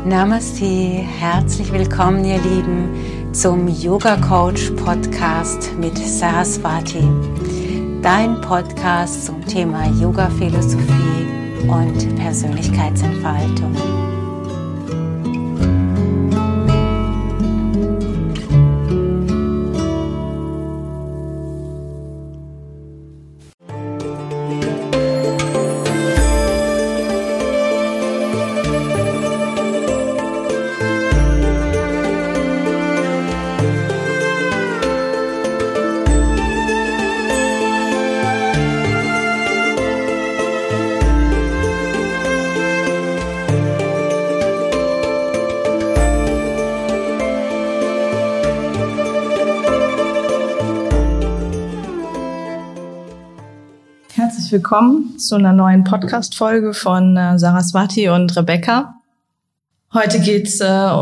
Namaste, herzlich willkommen ihr Lieben zum Yoga Coach Podcast mit Saraswati, dein Podcast zum Thema Yoga Philosophie und Persönlichkeitsentfaltung. Willkommen zu einer neuen Podcast-Folge von Saraswati und Rebecca. Heute geht's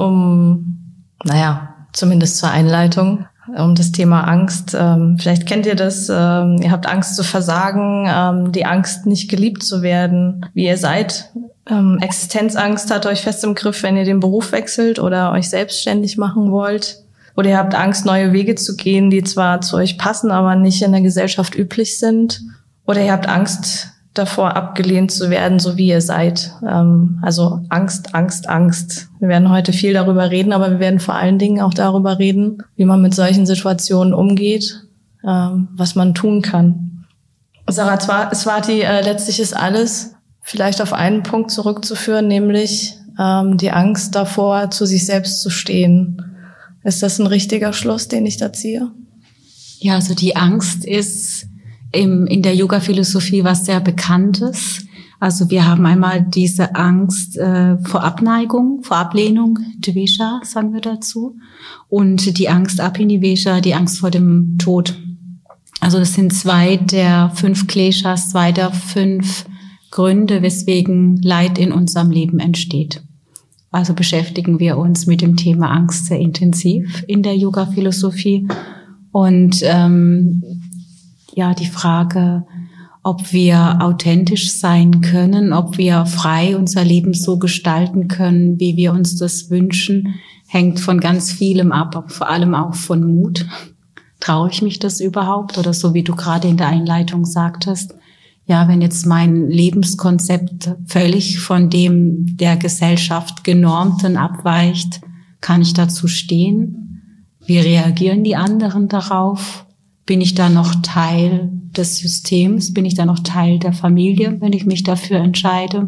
zumindest zur Einleitung, um das Thema Angst. Vielleicht kennt ihr das, ihr habt Angst zu versagen, die Angst, nicht geliebt zu werden, wie ihr seid. Existenzangst hat euch fest im Griff, wenn ihr den Beruf wechselt oder euch selbstständig machen wollt. Oder ihr habt Angst, neue Wege zu gehen, die zwar zu euch passen, aber nicht in der Gesellschaft üblich sind. Oder ihr habt Angst davor, abgelehnt zu werden, so wie ihr seid. Also Angst, Angst, Angst. Wir werden heute viel darüber reden, aber wir werden vor allen Dingen auch darüber reden, wie man mit solchen Situationen umgeht, was man tun kann. Saraswati, letztlich ist alles vielleicht auf einen Punkt zurückzuführen, nämlich die Angst davor, zu sich selbst zu stehen. Ist das ein richtiger Schluss, den ich da ziehe? Ja, also die Angst ist in der Yoga-Philosophie was sehr Bekanntes. Also wir haben einmal diese Angst vor Abneigung, vor Ablehnung, Dvesha sagen wir dazu, und die Angst Abhinivesha, die Angst vor dem Tod. Also das sind 2 der 5 Kleshas, 2 der 5 Gründe, weswegen Leid in unserem Leben entsteht. Also beschäftigen wir uns mit dem Thema Angst sehr intensiv in der Yoga-Philosophie und die Frage, ob wir authentisch sein können, ob wir frei unser Leben so gestalten können, wie wir uns das wünschen, hängt von ganz vielem ab, aber vor allem auch von Mut. Traue ich mich das überhaupt? Oder so wie du gerade in der Einleitung sagtest, ja, wenn jetzt mein Lebenskonzept völlig von dem der Gesellschaft Genormten abweicht, kann ich dazu stehen? Wie reagieren die anderen darauf? Bin ich da noch Teil des Systems? Bin ich da noch Teil der Familie, wenn ich mich dafür entscheide?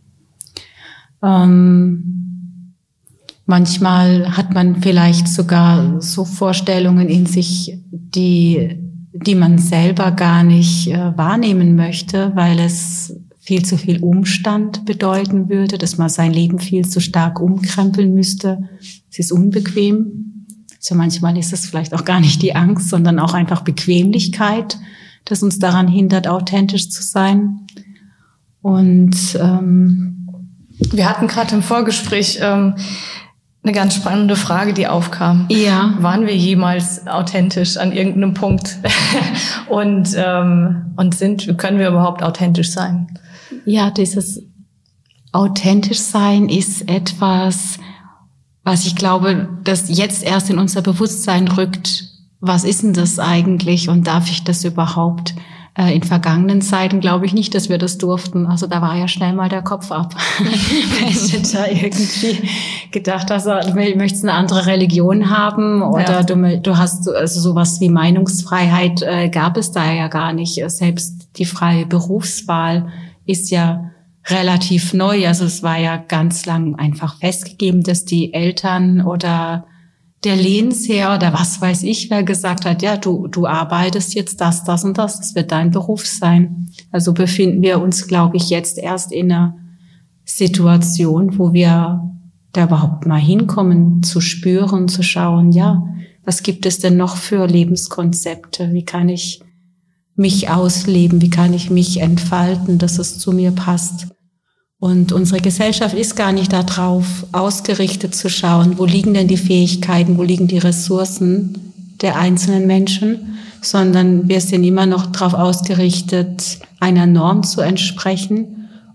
Manchmal hat man vielleicht sogar so Vorstellungen in sich, die man selber gar nicht wahrnehmen möchte, weil es viel zu viel Umstand bedeuten würde, dass man sein Leben viel zu stark umkrempeln müsste. Es ist unbequem. So manchmal ist es vielleicht auch gar nicht die Angst, sondern auch einfach Bequemlichkeit, das uns daran hindert, authentisch zu sein. Und wir hatten gerade im Vorgespräch eine ganz spannende Frage, die aufkam. Ja. Waren wir jemals authentisch an irgendeinem Punkt? und können wir überhaupt authentisch sein? Ja, dieses authentisch sein ist etwas, was ich glaube, dass jetzt erst in unser Bewusstsein rückt. Was ist denn das eigentlich und darf ich das überhaupt? In vergangenen Zeiten glaube ich nicht, dass wir das durften. Also da war ja schnell mal der Kopf ab. Wenn du da irgendwie gedacht hast, du möchtest eine andere Religion haben oder du hast also sowas wie Meinungsfreiheit gab es da ja gar nicht. Selbst die freie Berufswahl ist ja relativ neu. Also es war ja ganz lang einfach festgegeben, dass die Eltern oder der Lehnsherr oder was weiß ich, wer gesagt hat, ja, du arbeitest jetzt das und das wird dein Beruf sein. Also befinden wir uns, glaube ich, jetzt erst in einer Situation, wo wir da überhaupt mal hinkommen, zu spüren, zu schauen, ja, was gibt es denn noch für Lebenskonzepte? Wie kann ich mich ausleben? Wie kann ich mich entfalten, dass es zu mir passt? Und unsere Gesellschaft ist gar nicht darauf ausgerichtet zu schauen, wo liegen denn die Fähigkeiten, wo liegen die Ressourcen der einzelnen Menschen, sondern wir sind immer noch darauf ausgerichtet, einer Norm zu entsprechen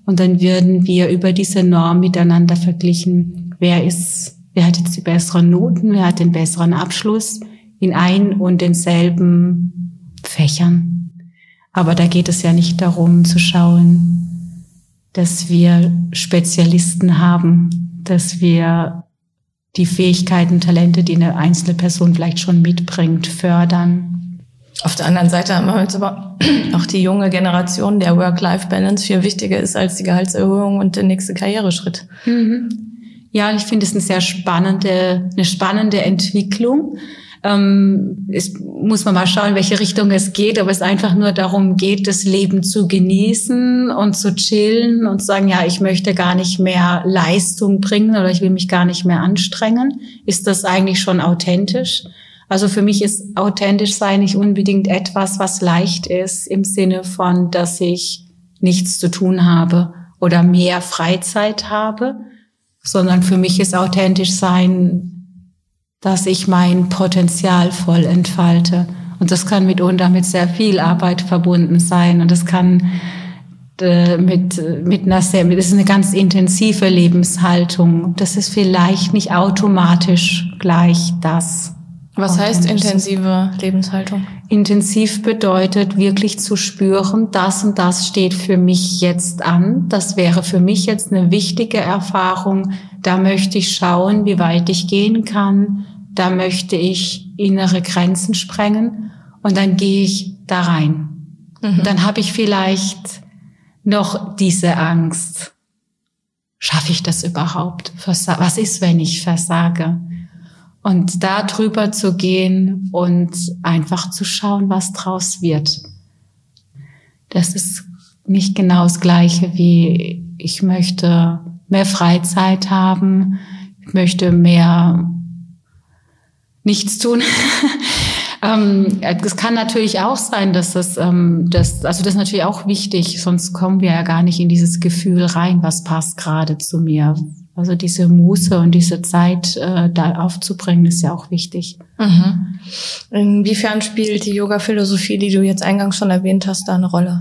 Und dann würden wir über diese Norm miteinander verglichen. Wer hat jetzt die besseren Noten, wer hat den besseren Abschluss in ein und denselben Fächern. Aber da geht es ja nicht darum zu schauen, dass wir Spezialisten haben, dass wir die Fähigkeiten, Talente, die eine einzelne Person vielleicht schon mitbringt, fördern. Auf der anderen Seite haben wir jetzt aber auch die junge Generation, der Work-Life-Balance viel wichtiger ist als die Gehaltserhöhung und der nächste Karriereschritt. Mhm. Ja, ich finde es eine spannende Entwicklung. Es muss man mal schauen, in welche Richtung es geht, ob es einfach nur darum geht, das Leben zu genießen und zu chillen und zu sagen, ja, ich möchte gar nicht mehr Leistung bringen oder ich will mich gar nicht mehr anstrengen. Ist das eigentlich schon authentisch? Also für mich ist authentisch sein nicht unbedingt etwas, was leicht ist, im Sinne von, dass ich nichts zu tun habe oder mehr Freizeit habe, sondern für mich ist authentisch sein, dass ich mein Potenzial voll entfalte. Und das kann mitunter mit sehr viel Arbeit verbunden sein. Und das kann das ist eine ganz intensive Lebenshaltung. Das ist vielleicht nicht automatisch gleich das. Was heißt intensive Lebenshaltung? Intensiv bedeutet wirklich zu spüren, das und das steht für mich jetzt an. Das wäre für mich jetzt eine wichtige Erfahrung. Da möchte ich schauen, wie weit ich gehen kann. Da möchte ich innere Grenzen sprengen und dann gehe ich da rein. Mhm. Dann habe ich vielleicht noch diese Angst. Schaffe ich das überhaupt? Was ist, wenn ich versage? Und da drüber zu gehen und einfach zu schauen, was draus wird. Das ist nicht genau das Gleiche wie ich möchte mehr Freizeit haben, ich möchte mehr nichts tun. Es kann natürlich auch sein, dass das ist natürlich auch wichtig, sonst kommen wir ja gar nicht in dieses Gefühl rein, was passt gerade zu mir. Also diese Muße und diese Zeit da aufzubringen, ist ja auch wichtig. Mhm. Inwiefern spielt die Yoga-Philosophie, die du jetzt eingangs schon erwähnt hast, da eine Rolle?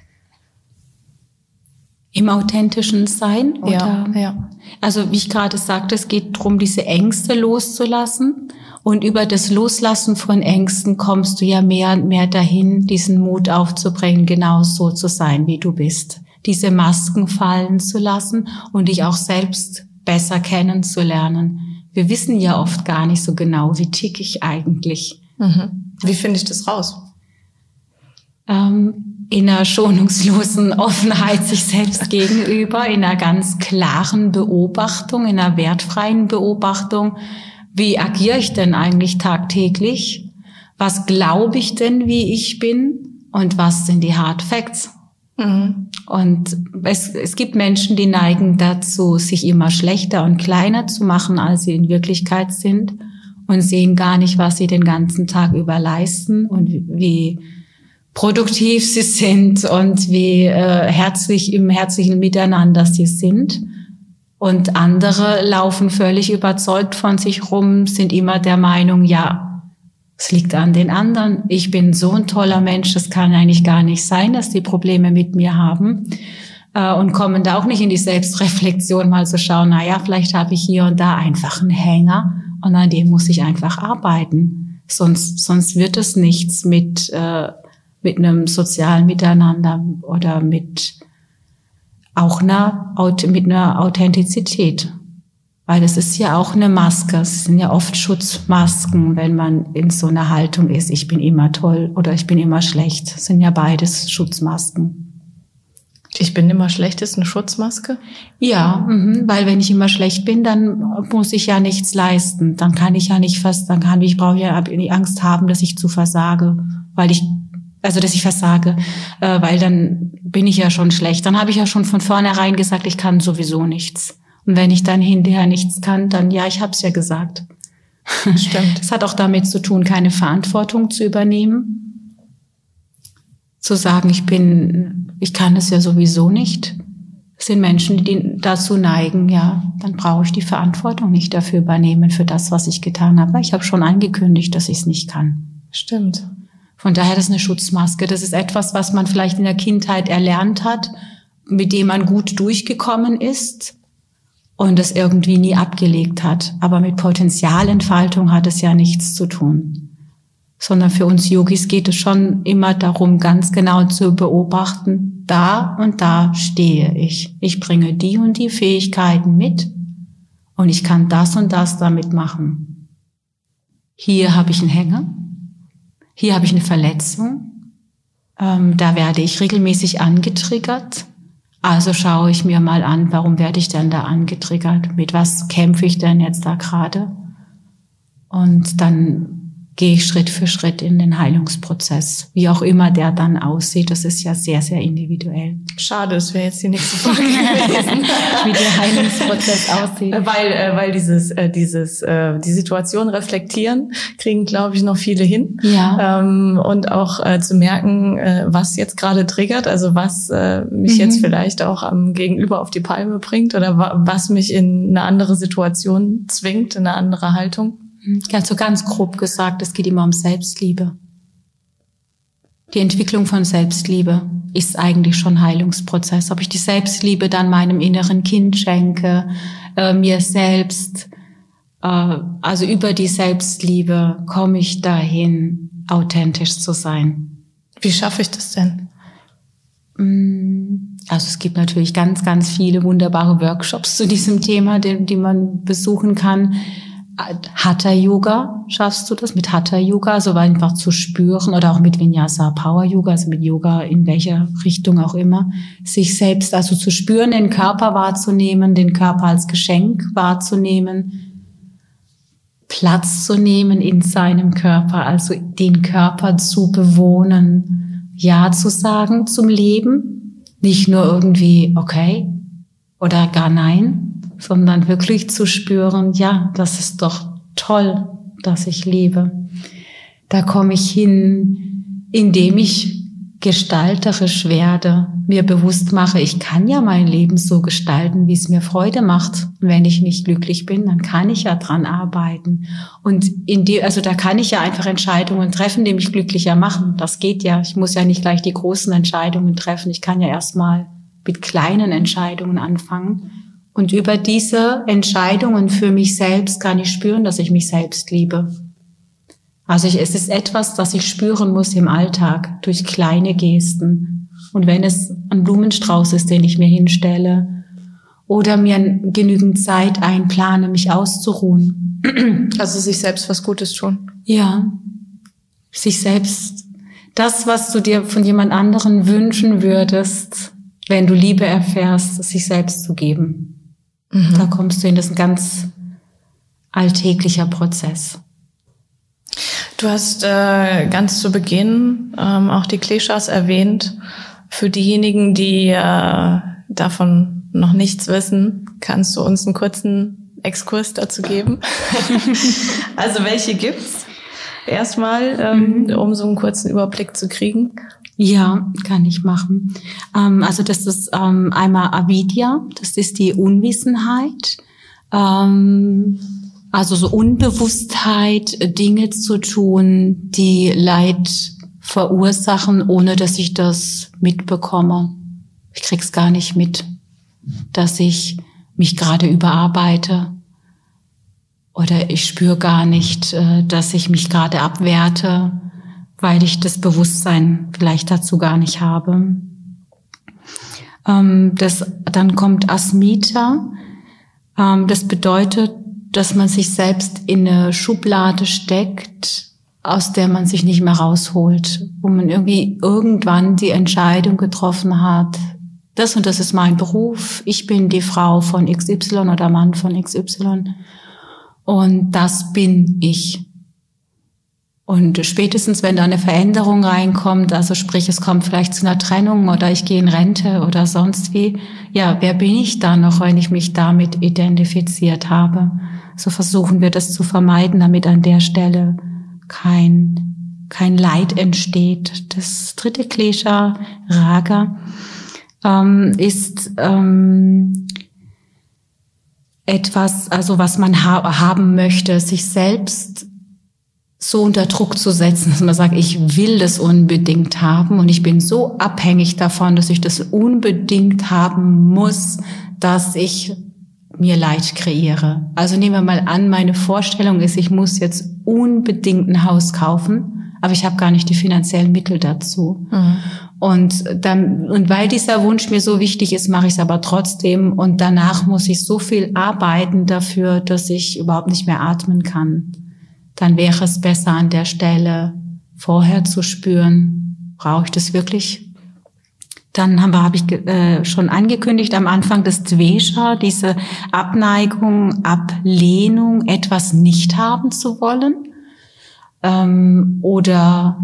Im authentischen Sein? Oder? Ja. Also wie ich gerade sagte, es geht darum, diese Ängste loszulassen. Und über das Loslassen von Ängsten kommst du ja mehr und mehr dahin, diesen Mut aufzubringen, genau so zu sein, wie du bist. Diese Masken fallen zu lassen und dich auch selbst besser kennenzulernen. Wir wissen ja oft gar nicht so genau, wie tick ich eigentlich. Mhm. Wie finde ich das raus? In einer schonungslosen Offenheit sich selbst gegenüber, in einer ganz klaren Beobachtung, in einer wertfreien Beobachtung. Wie agiere ich denn eigentlich tagtäglich? Was glaube ich denn, wie ich bin? Und was sind die Hard Facts? Mhm. Und es gibt Menschen, die neigen dazu, sich immer schlechter und kleiner zu machen, als sie in Wirklichkeit sind und sehen gar nicht, was sie den ganzen Tag über leisten und wie produktiv sie sind und wie im herzlichen Miteinander sie sind. Und andere laufen völlig überzeugt von sich rum, sind immer der Meinung, ja, es liegt an den anderen. Ich bin so ein toller Mensch, das kann eigentlich gar nicht sein, dass die Probleme mit mir haben. Und kommen da auch nicht in die Selbstreflexion, mal zu schauen, vielleicht habe ich hier und da einfach einen Hänger und an dem muss ich einfach arbeiten. Sonst wird es nichts mit einem sozialen Miteinander oder mit einer Authentizität. Weil das ist ja auch eine Maske. Es sind ja oft Schutzmasken, wenn man in so einer Haltung ist, ich bin immer toll oder ich bin immer schlecht. Das sind ja beides Schutzmasken. Ich bin immer schlecht ist eine Schutzmaske? Ja, weil wenn ich immer schlecht bin, dann muss ich ja nichts leisten. Dann kann ich ja nicht ich brauche ja die Angst haben, dass ich versage, dass ich versage, weil dann bin ich ja schon schlecht. Dann habe ich ja schon von vornherein gesagt, ich kann sowieso nichts. Und wenn ich dann hinterher nichts kann, dann ich habe es ja gesagt. Stimmt. Es hat auch damit zu tun, keine Verantwortung zu übernehmen. Zu sagen, ich kann es ja sowieso nicht. Es sind Menschen, die dazu neigen, dann brauche ich die Verantwortung nicht dafür übernehmen, für das, was ich getan habe. Ich habe schon angekündigt, dass ich es nicht kann. Stimmt. Von daher, das ist eine Schutzmaske. Das ist etwas, was man vielleicht in der Kindheit erlernt hat, mit dem man gut durchgekommen ist und es irgendwie nie abgelegt hat. Aber mit Potenzialentfaltung hat es ja nichts zu tun. Sondern für uns Yogis geht es schon immer darum, ganz genau zu beobachten, da und da stehe ich. Ich bringe die und die Fähigkeiten mit und ich kann das und das damit machen. Hier habe ich einen Hänger, hier habe ich eine Verletzung, da werde ich regelmäßig angetriggert. Also schaue ich mir mal an, warum werde ich denn da angetriggert? Mit was kämpfe ich denn jetzt da gerade? Und dann gehe ich Schritt für Schritt in den Heilungsprozess. Wie auch immer der dann aussieht, das ist ja sehr, sehr individuell. Schade, das wäre jetzt die nächste Frage gewesen. Wie der Heilungsprozess aussieht. Weil die Situation reflektieren, kriegen, glaube ich, noch viele hin. Ja. Und auch zu merken, was jetzt gerade triggert, also was mich jetzt vielleicht auch am Gegenüber auf die Palme bringt oder was mich in eine andere Situation zwingt, in eine andere Haltung. Also ganz grob gesagt, es geht immer um Selbstliebe. Die Entwicklung von Selbstliebe ist eigentlich schon Heilungsprozess. Ob ich die Selbstliebe dann meinem inneren Kind schenke, mir selbst, also über die Selbstliebe komme ich dahin, authentisch zu sein. Wie schaffe ich das denn? Also es gibt natürlich ganz, ganz viele wunderbare Workshops zu diesem Thema, die man besuchen kann. Hatha-Yoga, schaffst du das mit Hatha-Yoga, also einfach zu spüren, oder auch mit Vinyasa-Power-Yoga, also mit Yoga in welcher Richtung auch immer, sich selbst also zu spüren, den Körper wahrzunehmen, den Körper als Geschenk wahrzunehmen, Platz zu nehmen in seinem Körper, also den Körper zu bewohnen, Ja zu sagen zum Leben, nicht nur irgendwie okay oder gar nein, sondern wirklich zu spüren, ja, das ist doch toll, dass ich lebe. Da komme ich hin, indem ich gestalterisch werde, mir bewusst mache, ich kann ja mein Leben so gestalten, wie es mir Freude macht. Und wenn ich nicht glücklich bin, dann kann ich ja dran arbeiten. Und also da kann ich ja einfach Entscheidungen treffen, die mich glücklicher machen. Das geht ja. Ich muss ja nicht gleich die großen Entscheidungen treffen. Ich kann ja erstmal mit kleinen Entscheidungen anfangen. Und über diese Entscheidungen für mich selbst kann ich spüren, dass ich mich selbst liebe. Also es ist etwas, das ich spüren muss im Alltag durch kleine Gesten. Und wenn es ein Blumenstrauß ist, den ich mir hinstelle oder mir genügend Zeit einplane, mich auszuruhen. Also sich selbst was Gutes tun. Ja, sich selbst, das, was du dir von jemand anderen wünschen würdest, wenn du Liebe erfährst, sich selbst zu geben. Da kommst du hin, das ist ein ganz alltäglicher Prozess. Du hast ganz zu Beginn auch die Kleshas erwähnt. Für diejenigen, die davon noch nichts wissen, kannst du uns einen kurzen Exkurs dazu geben? Also welche gibt's? Erstmal, um so einen kurzen Überblick zu kriegen. Ja, kann ich machen. Also das ist einmal Avidya, das ist die Unwissenheit, also so Unbewusstheit, Dinge zu tun, die Leid verursachen, ohne dass ich das mitbekomme. Ich krieg's gar nicht mit, dass ich mich gerade überarbeite oder ich spüre gar nicht, dass ich mich gerade abwerte, weil ich das Bewusstsein vielleicht dazu gar nicht habe. Dann kommt Asmita. Das bedeutet, dass man sich selbst in eine Schublade steckt, aus der man sich nicht mehr rausholt, wo man irgendwie irgendwann die Entscheidung getroffen hat, das und das ist mein Beruf, ich bin die Frau von XY oder Mann von XY und das bin ich. Und spätestens, wenn da eine Veränderung reinkommt, also sprich, es kommt vielleicht zu einer Trennung oder ich gehe in Rente oder sonst wie, ja, wer bin ich da noch, wenn ich mich damit identifiziert habe? So versuchen wir das zu vermeiden, damit an der Stelle kein Leid entsteht. Das dritte Klesha, Raga, ist etwas, also was man haben möchte, sich selbst so unter Druck zu setzen, dass man sagt, ich will das unbedingt haben und ich bin so abhängig davon, dass ich das unbedingt haben muss, dass ich mir Leid kreiere. Also nehmen wir mal an, meine Vorstellung ist, ich muss jetzt unbedingt ein Haus kaufen, aber ich habe gar nicht die finanziellen Mittel dazu. Mhm. Und weil dieser Wunsch mir so wichtig ist, mache ich es aber trotzdem und danach muss ich so viel arbeiten dafür, dass ich überhaupt nicht mehr atmen kann. Dann wäre es besser an der Stelle vorher zu spüren, brauche ich das wirklich? Dann habe ich schon angekündigt am Anfang das Dvesha, diese Abneigung, Ablehnung, etwas nicht haben zu wollen oder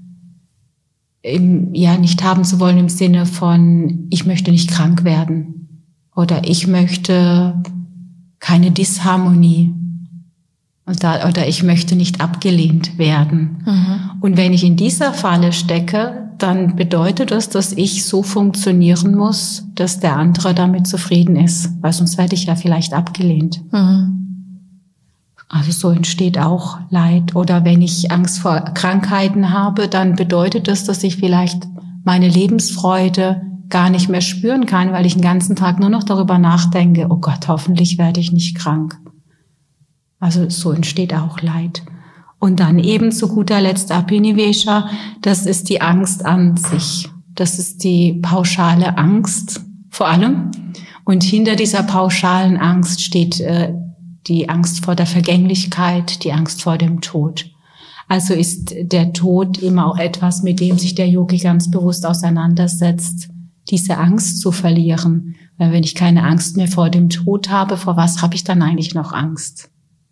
nicht haben zu wollen im Sinne von, ich möchte nicht krank werden oder ich möchte keine Disharmonie. Oder ich möchte nicht abgelehnt werden. Mhm. Und wenn ich in dieser Falle stecke, dann bedeutet das, dass ich so funktionieren muss, dass der andere damit zufrieden ist, weil sonst werde ich ja vielleicht abgelehnt. Mhm. Also so entsteht auch Leid. Oder wenn ich Angst vor Krankheiten habe, dann bedeutet das, dass ich vielleicht meine Lebensfreude gar nicht mehr spüren kann, weil ich den ganzen Tag nur noch darüber nachdenke, oh Gott, hoffentlich werde ich nicht krank. Also so entsteht auch Leid. Und dann eben zu guter Letzt Abhinivesha, das ist die Angst an sich. Das ist die pauschale Angst vor allem. Und hinter dieser pauschalen Angst steht die Angst vor der Vergänglichkeit, die Angst vor dem Tod. Also ist der Tod immer auch etwas, mit dem sich der Yogi ganz bewusst auseinandersetzt, diese Angst zu verlieren. Weil wenn ich keine Angst mehr vor dem Tod habe, vor was habe ich dann eigentlich noch Angst?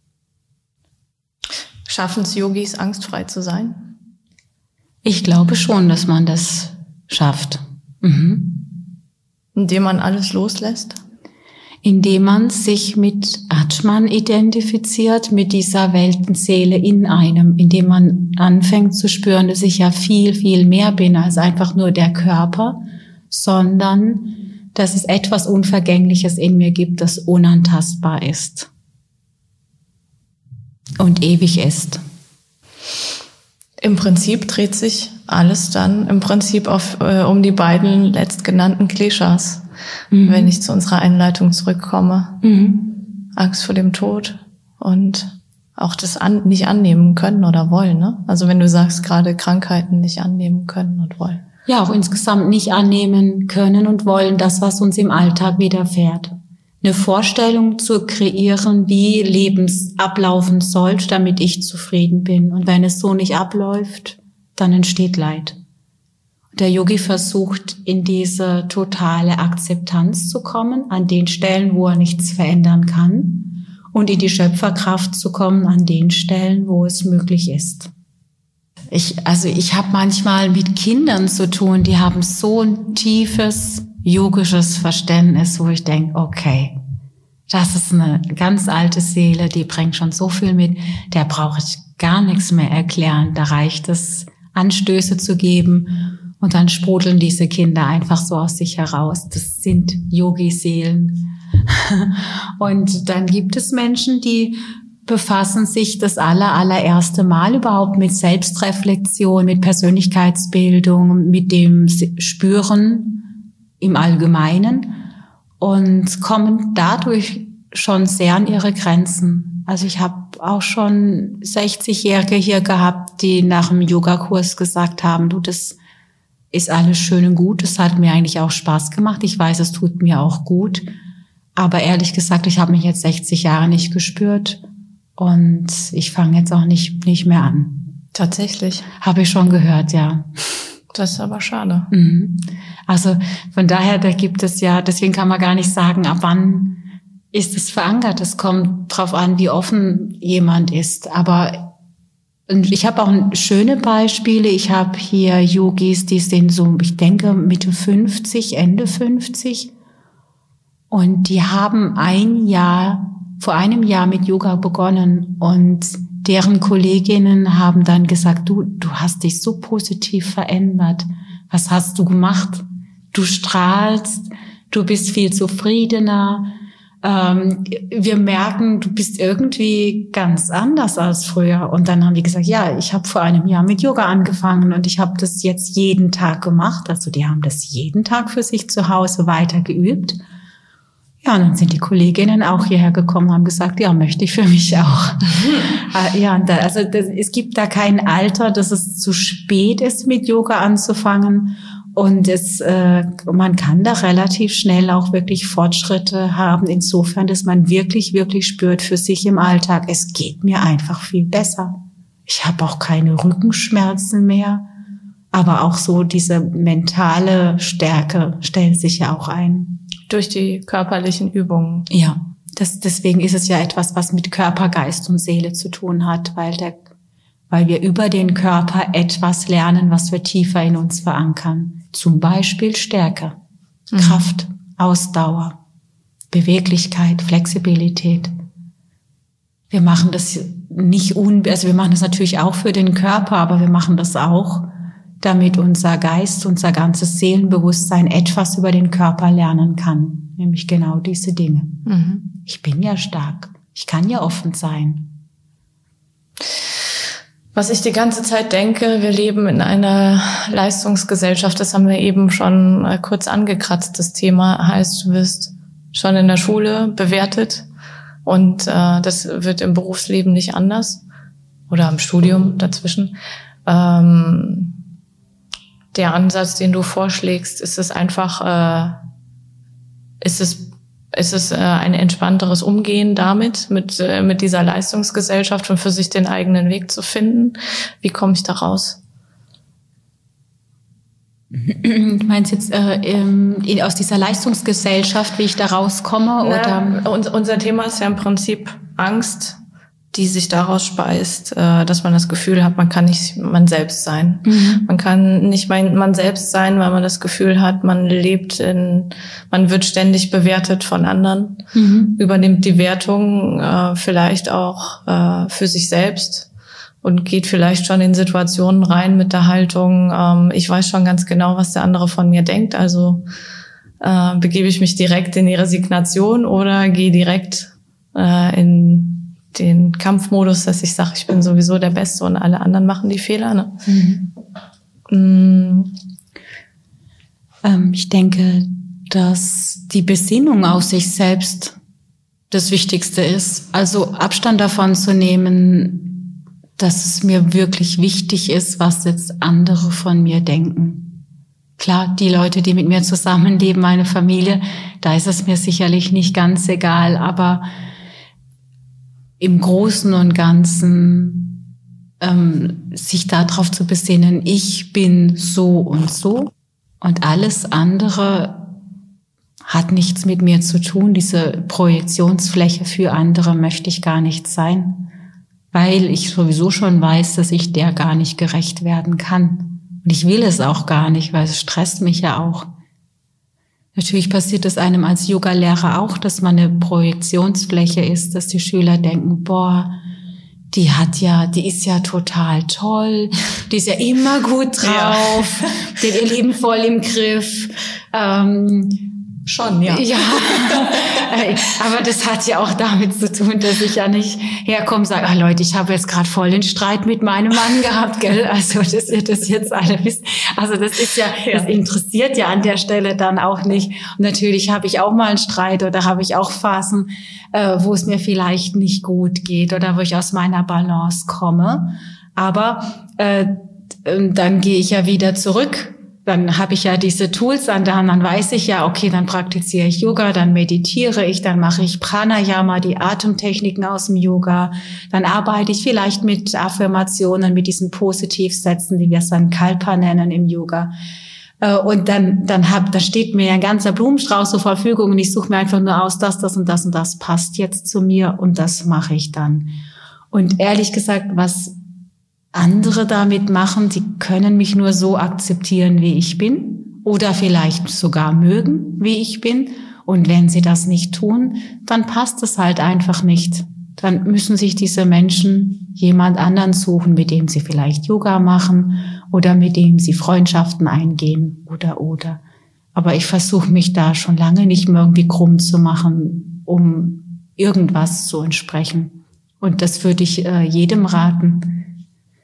Schaffen es Yogis, angstfrei zu sein? Ich glaube schon, dass man das schafft. Mhm. Indem man alles loslässt? Indem man sich mit Atman identifiziert, mit dieser Weltenseele in einem, indem man anfängt zu spüren, dass ich ja viel, viel mehr bin als einfach nur der Körper, sondern dass es etwas Unvergängliches in mir gibt, das unantastbar ist. Und ewig ist. Im Prinzip dreht sich alles dann um die beiden letztgenannten Kleshas, wenn ich zu unserer Einleitung zurückkomme. Mhm. Angst vor dem Tod und auch das nicht annehmen können oder wollen. Ne? Also wenn du sagst, gerade Krankheiten nicht annehmen können und wollen. Ja, auch insgesamt nicht annehmen können und wollen, das, was uns im Alltag widerfährt. Eine Vorstellung zu kreieren, wie Leben ablaufen soll, damit ich zufrieden bin. Und wenn es so nicht abläuft, dann entsteht Leid. Der Yogi versucht, in diese totale Akzeptanz zu kommen, an den Stellen, wo er nichts verändern kann, und in die Schöpferkraft zu kommen, an den Stellen, wo es möglich ist. Ich habe manchmal mit Kindern zu tun, die haben so ein tiefes yogisches Verständnis, wo ich denke, okay, das ist eine ganz alte Seele, die bringt schon so viel mit, der brauche ich gar nichts mehr erklären. Da reicht es, Anstöße zu geben und dann sprudeln diese Kinder einfach so aus sich heraus. Das sind Yogi-Seelen. Und dann gibt es Menschen, die befassen sich das allererste Mal überhaupt mit Selbstreflexion, mit Persönlichkeitsbildung, mit dem Spüren im Allgemeinen und kommen dadurch schon sehr an ihre Grenzen. Also ich habe auch schon 60-Jährige hier gehabt, die nach dem Yogakurs gesagt haben, du, das ist alles schön und gut, das hat mir eigentlich auch Spaß gemacht, ich weiß, es tut mir auch gut, aber ehrlich gesagt, ich habe mich jetzt 60 Jahre nicht gespürt und ich fange jetzt auch nicht mehr an. Tatsächlich? Habe ich schon gehört, ja. Das ist aber schade. Mhm. Also von daher, da gibt es ja, deswegen kann man gar nicht sagen, ab wann ist es verankert. Es kommt drauf an, wie offen jemand ist. Aber ich habe auch schöne Beispiele. Ich habe hier Yogis, die sind so, ich denke, Mitte 50, Ende 50. Und die haben vor einem Jahr mit Yoga begonnen und deren Kolleginnen haben dann gesagt, du hast dich so positiv verändert. Was hast du gemacht? Du strahlst, du bist viel zufriedener, wir merken, du bist irgendwie ganz anders als früher. Und dann haben die gesagt, ja, ich habe vor einem Jahr mit Yoga angefangen und ich habe das jetzt jeden Tag gemacht. Also die haben das jeden Tag für sich zu Hause weiter geübt. Ja, und dann sind die Kolleginnen auch hierher gekommen und haben gesagt, ja, möchte ich für mich auch. Ja, es gibt da kein Alter, dass es zu spät ist, mit Yoga anzufangen. Und man kann da relativ schnell auch wirklich Fortschritte haben, insofern, dass man wirklich, wirklich spürt für sich im Alltag, es geht mir einfach viel besser. Ich habe auch keine Rückenschmerzen mehr, aber auch so diese mentale Stärke stellt sich ja auch ein. Durch die körperlichen Übungen. Ja, deswegen ist es ja etwas, was mit Körper, Geist und Seele zu tun hat, weil wir über den Körper etwas lernen, was wir tiefer in uns verankern. Zum Beispiel Stärke, Kraft, Ausdauer, Beweglichkeit, Flexibilität. Wir machen das wir machen das natürlich auch für den Körper, aber wir machen das auch, damit unser Geist, unser ganzes Seelenbewusstsein etwas über den Körper lernen kann. Nämlich genau diese Dinge. Mhm. Ich bin ja stark. Ich kann ja offen sein. Was ich die ganze Zeit denke, wir leben in einer Leistungsgesellschaft, das haben wir eben schon kurz angekratzt, das Thema heißt, du wirst schon in der Schule bewertet und das wird im Berufsleben nicht anders oder im Studium dazwischen. Der Ansatz, den du vorschlägst, ist es einfach, ist es ein entspannteres Umgehen damit, mit dieser Leistungsgesellschaft und für sich den eigenen Weg zu finden? Wie komme ich da raus? Du meinst jetzt aus dieser Leistungsgesellschaft, wie ich da rauskomme? Oder? Unser Thema ist ja im Prinzip Angst, die sich daraus speist, dass man das Gefühl hat, man kann nicht man selbst sein. Mhm. Man kann nicht man selbst sein, weil man das Gefühl hat, man wird ständig bewertet von anderen, übernimmt die Wertung vielleicht auch für sich selbst und geht vielleicht schon in Situationen rein mit der Haltung, ich weiß schon ganz genau, was der andere von mir denkt, also begebe ich mich direkt in die Resignation oder gehe direkt in den Kampfmodus, dass ich sage, ich bin sowieso der Beste und alle anderen machen die Fehler. Ne? Ich denke, dass die Besinnung auf sich selbst das Wichtigste ist. Also Abstand davon zu nehmen, dass es mir wirklich wichtig ist, was jetzt andere von mir denken. Klar, die Leute, die mit mir zusammenleben, meine Familie, da ist es mir sicherlich nicht ganz egal, aber im Großen und Ganzen sich darauf zu besinnen, ich bin so und alles andere hat nichts mit mir zu tun. Diese Projektionsfläche für andere möchte ich gar nicht sein, weil ich sowieso schon weiß, dass ich der gar nicht gerecht werden kann. Und ich will es auch gar nicht, weil es stresst mich ja auch. Natürlich passiert es einem als Yoga-Lehrer auch, dass man eine Projektionsfläche ist, dass die Schüler denken, boah, die ist ja total toll, die ist ja immer gut drauf, die hat ihr Leben voll im Griff. Schon, ja. Ja, aber das hat ja auch damit zu tun, dass ich ja nicht herkomme und sage, Leute, ich habe jetzt gerade voll den Streit mit meinem Mann gehabt, gell? Also, dass ihr das jetzt alle wisst. Also, das ist ja, das interessiert ja an der Stelle dann auch nicht. Und natürlich habe ich auch mal einen Streit oder habe ich auch Phasen, wo es mir vielleicht nicht gut geht oder wo ich aus meiner Balance komme. Aber dann gehe ich ja wieder zurück. Dann habe ich ja diese Tools an der Hand, dann weiß ich ja, okay, dann praktiziere ich Yoga, dann meditiere ich, dann mache ich Pranayama, die Atemtechniken aus dem Yoga, dann arbeite ich vielleicht mit Affirmationen, mit diesen Positivsätzen, die wir Sankalpa nennen im Yoga. Und dann steht mir ein ganzer Blumenstrauß zur Verfügung und ich suche mir einfach nur aus, das und das und das passt jetzt zu mir und das mache ich dann. Und ehrlich gesagt, was andere damit machen, sie können mich nur so akzeptieren, wie ich bin oder vielleicht sogar mögen, wie ich bin. Und wenn sie das nicht tun, dann passt es halt einfach nicht. Dann müssen sich diese Menschen jemand anderen suchen, mit dem sie vielleicht Yoga machen oder mit dem sie Freundschaften eingehen oder. Aber ich versuche mich da schon lange nicht mehr irgendwie krumm zu machen um irgendwas zu entsprechen. Und das würde ich jedem raten.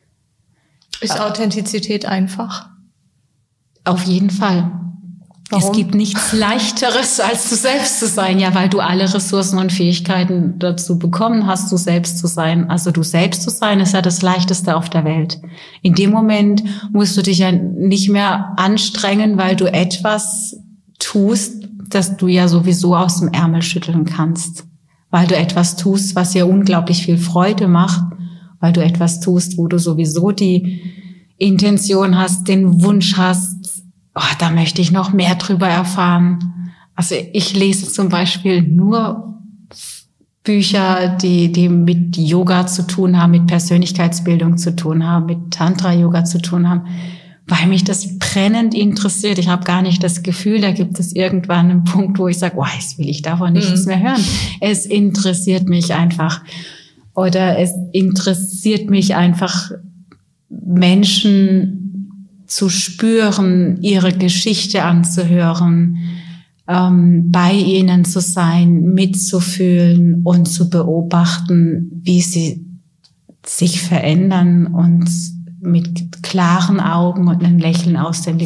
Ist Authentizität einfach? Auf jeden Fall. Warum? Es gibt nichts Leichteres, als du selbst zu sein. Ja, weil du alle Ressourcen und Fähigkeiten dazu bekommen hast, du selbst zu sein. Also du selbst zu sein, ist ja das Leichteste auf der Welt. In dem Moment musst du dich ja nicht mehr anstrengen, weil du etwas tust, das du ja sowieso aus dem Ärmel schütteln kannst. Weil du etwas tust, was dir unglaublich viel Freude macht. Weil du etwas tust, wo du sowieso die Intention hast, den Wunsch hast, da möchte ich noch mehr drüber erfahren. Also ich lese zum Beispiel nur Bücher, die mit Yoga zu tun haben, mit Persönlichkeitsbildung zu tun haben, mit Tantra-Yoga zu tun haben, weil mich das brennend interessiert. Ich habe gar nicht das Gefühl, da gibt es irgendwann einen Punkt, wo ich sage, jetzt will ich davon nichts mehr hören. Es interessiert mich einfach. Oder es interessiert mich einfach, Menschen zu spüren, ihre Geschichte anzuhören, bei ihnen zu sein, mitzufühlen und zu beobachten, wie sie sich verändern und mit klaren Augen und einem Lächeln auf den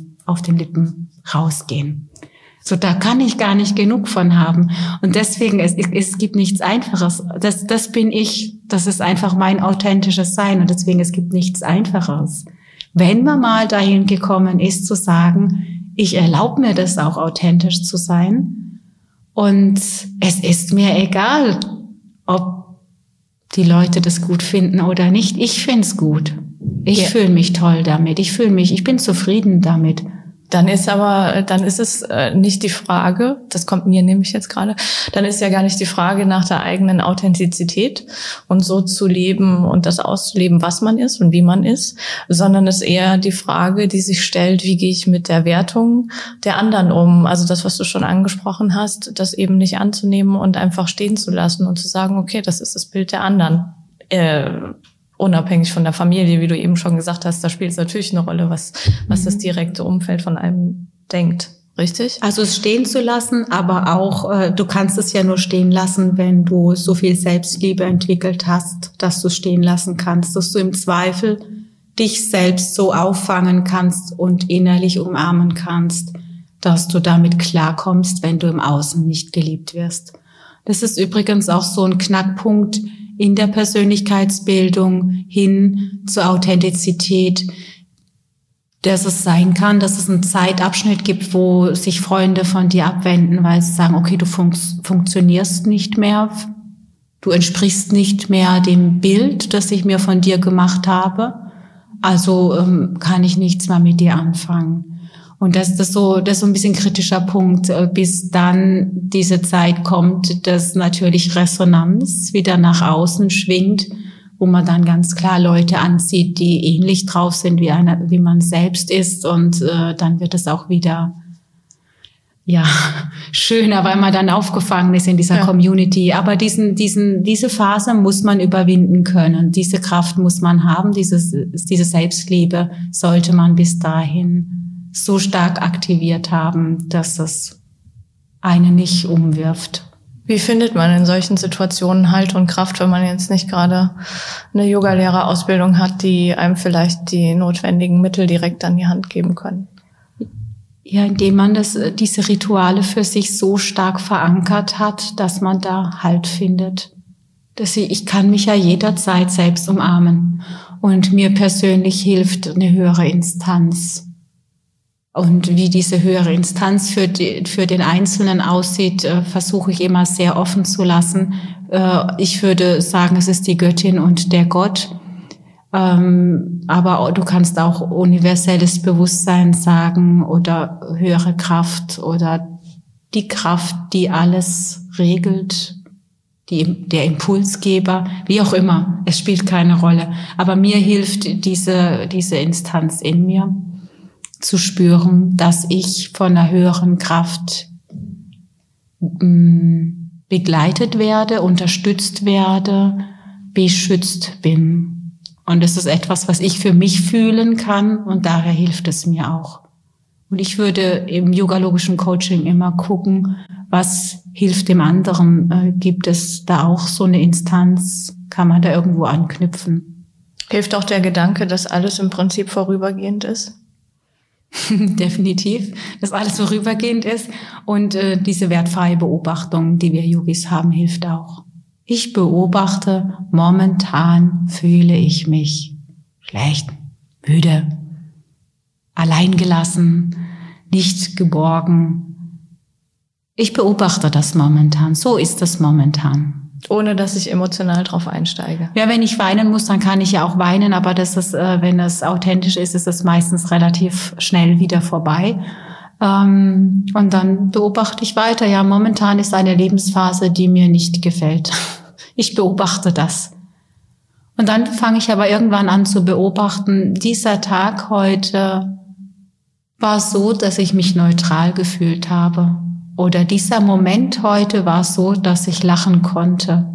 Lippen rausgehen. So, da kann ich gar nicht genug von haben. Und deswegen, es gibt nichts Einfaches. Das bin ich, das ist einfach mein authentisches Sein. Und deswegen, es gibt nichts Einfaches. Wenn man mal dahin gekommen ist, zu sagen, ich erlaube mir das auch authentisch zu sein und es ist mir egal, ob die Leute das gut finden oder nicht. Ich find's gut. Ich fühle mich toll damit. Ich bin zufrieden damit. Dann ist es nicht die Frage, das kommt mir nämlich jetzt gerade, dann ist ja gar nicht die Frage nach der eigenen Authentizität und so zu leben und das auszuleben, was man ist und wie man ist, sondern es ist eher die Frage, die sich stellt, wie gehe ich mit der Wertung der anderen um? Also das, was du schon angesprochen hast, das eben nicht anzunehmen und einfach stehen zu lassen und zu sagen, okay, das ist das Bild der anderen. Unabhängig von der Familie, wie du eben schon gesagt hast, da spielt es natürlich eine Rolle, was das direkte Umfeld von einem denkt. Richtig? Also es stehen zu lassen, aber auch, du kannst es ja nur stehen lassen, wenn du so viel Selbstliebe entwickelt hast, dass du stehen lassen kannst, dass du im Zweifel dich selbst so auffangen kannst und innerlich umarmen kannst, dass du damit klarkommst, wenn du im Außen nicht geliebt wirst. Das ist übrigens auch so ein Knackpunkt in der Persönlichkeitsbildung hin zur Authentizität, dass es sein kann, dass es einen Zeitabschnitt gibt, wo sich Freunde von dir abwenden, weil sie sagen, okay, du funktionierst nicht mehr, du entsprichst nicht mehr dem Bild, das ich mir von dir gemacht habe, also kann ich nichts mehr mit dir anfangen. Und das ist so ein bisschen kritischer Punkt, bis dann diese Zeit kommt, dass natürlich Resonanz wieder nach außen schwingt, wo man dann ganz klar Leute anzieht, die ähnlich drauf sind wie man selbst ist, und dann wird es auch wieder schöner, weil man dann aufgefangen ist in dieser Community. Aber diese Phase muss man überwinden können. Diese Kraft muss man haben. Diese Selbstliebe sollte man bis dahin so stark aktiviert haben, dass es einen nicht umwirft. Wie findet man in solchen Situationen Halt und Kraft, wenn man jetzt nicht gerade eine Yogalehrerausbildung hat, die einem vielleicht die notwendigen Mittel direkt an die Hand geben können? Ja, indem man diese Rituale für sich so stark verankert hat, dass man da Halt findet. Ich kann mich ja jederzeit selbst umarmen. Und mir persönlich hilft eine höhere Instanz. Und wie diese höhere Instanz für den Einzelnen aussieht, versuche ich immer sehr offen zu lassen. Ich würde sagen, es ist die Göttin und der Gott. Aber du kannst auch universelles Bewusstsein sagen oder höhere Kraft oder die Kraft, die alles regelt, der Impulsgeber, wie auch immer. Es spielt keine Rolle. Aber mir hilft diese Instanz in mir, zu spüren, dass ich von einer höheren Kraft begleitet werde, unterstützt werde, beschützt bin. Und es ist etwas, was ich für mich fühlen kann, und daher hilft es mir auch. Und ich würde im yogalogischen Coaching immer gucken, was hilft dem anderen? Gibt es da auch so eine Instanz? Kann man da irgendwo anknüpfen? Hilft auch der Gedanke, dass alles im Prinzip vorübergehend ist? Definitiv, dass alles vorübergehend ist. Und diese wertfreie Beobachtung, die wir Yogis haben, hilft auch. Ich beobachte, momentan fühle ich mich schlecht, müde, alleingelassen, nicht geborgen. Ich beobachte das momentan. So ist es momentan. Ohne dass ich emotional drauf einsteige. Ja, wenn ich weinen muss, dann kann ich ja auch weinen, aber das ist, wenn es authentisch ist, ist es meistens relativ schnell wieder vorbei. Und dann beobachte ich weiter. Ja, momentan ist eine Lebensphase, die mir nicht gefällt. Ich beobachte das. Und dann fange ich aber irgendwann an zu beobachten, dieser Tag heute war so, dass ich mich neutral gefühlt habe. Oder dieser Moment heute war so, dass ich lachen konnte.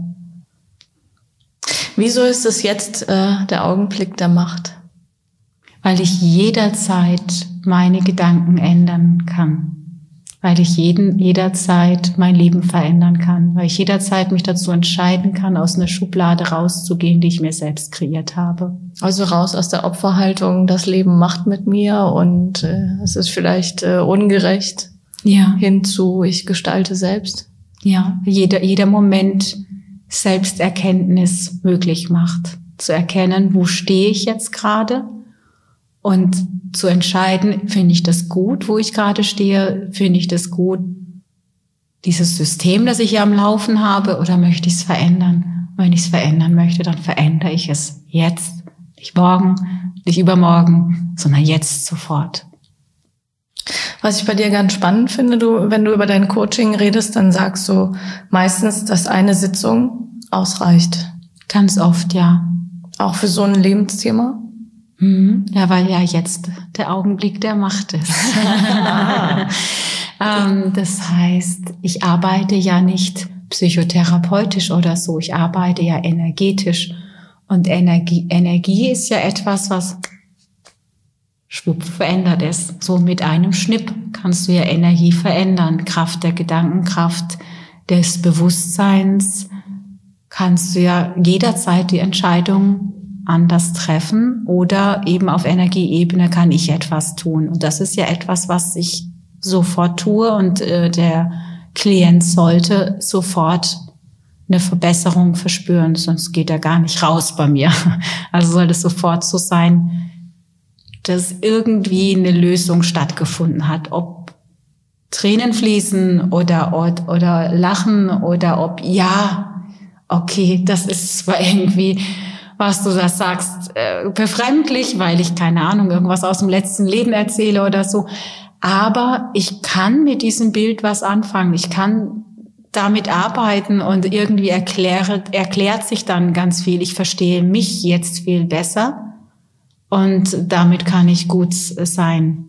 Wieso ist es jetzt der Augenblick der Macht? Weil ich jederzeit meine Gedanken ändern kann. Weil ich jederzeit mein Leben verändern kann. Weil ich jederzeit mich dazu entscheiden kann, aus einer Schublade rauszugehen, die ich mir selbst kreiert habe. Also raus aus der Opferhaltung, das Leben macht mit mir und es ist vielleicht ungerecht. Ja. Hinzu, ich gestalte selbst. Ja, jeder Moment Selbsterkenntnis möglich macht. Zu erkennen, wo stehe ich jetzt gerade und zu entscheiden, finde ich das gut, wo ich gerade stehe, finde ich das gut, dieses System, das ich hier am Laufen habe, oder möchte ich es verändern? Wenn ich es verändern möchte, dann verändere ich es jetzt, nicht morgen, nicht übermorgen, sondern jetzt sofort. Was ich bei dir ganz spannend finde, wenn du über dein Coaching redest, dann sagst du meistens, dass eine Sitzung ausreicht. Ganz oft, ja. Auch für so ein Lebensthema? Ja, weil ja jetzt der Augenblick der Macht ist. Das heißt, ich arbeite ja nicht psychotherapeutisch oder so, ich arbeite ja energetisch. Und Energie ist ja etwas, was schwupp verändert es. So mit einem Schnipp kannst du ja Energie verändern. Kraft der Gedanken, Kraft des Bewusstseins kannst du ja jederzeit die Entscheidung anders treffen oder eben auf Energieebene kann ich etwas tun. Und das ist ja etwas, was ich sofort tue und der Klient sollte sofort eine Verbesserung verspüren, sonst geht er gar nicht raus bei mir. Also soll es sofort so sein, dass irgendwie eine Lösung stattgefunden hat, ob Tränen fließen oder lachen oder ob ja, okay, das ist zwar irgendwie, was du da sagst, befremdlich, weil ich, keine Ahnung, irgendwas aus dem letzten Leben erzähle oder so, aber ich kann mit diesem Bild was anfangen, ich kann damit arbeiten und irgendwie erklärt sich dann ganz viel, ich verstehe mich jetzt viel besser. Und damit kann ich gut sein.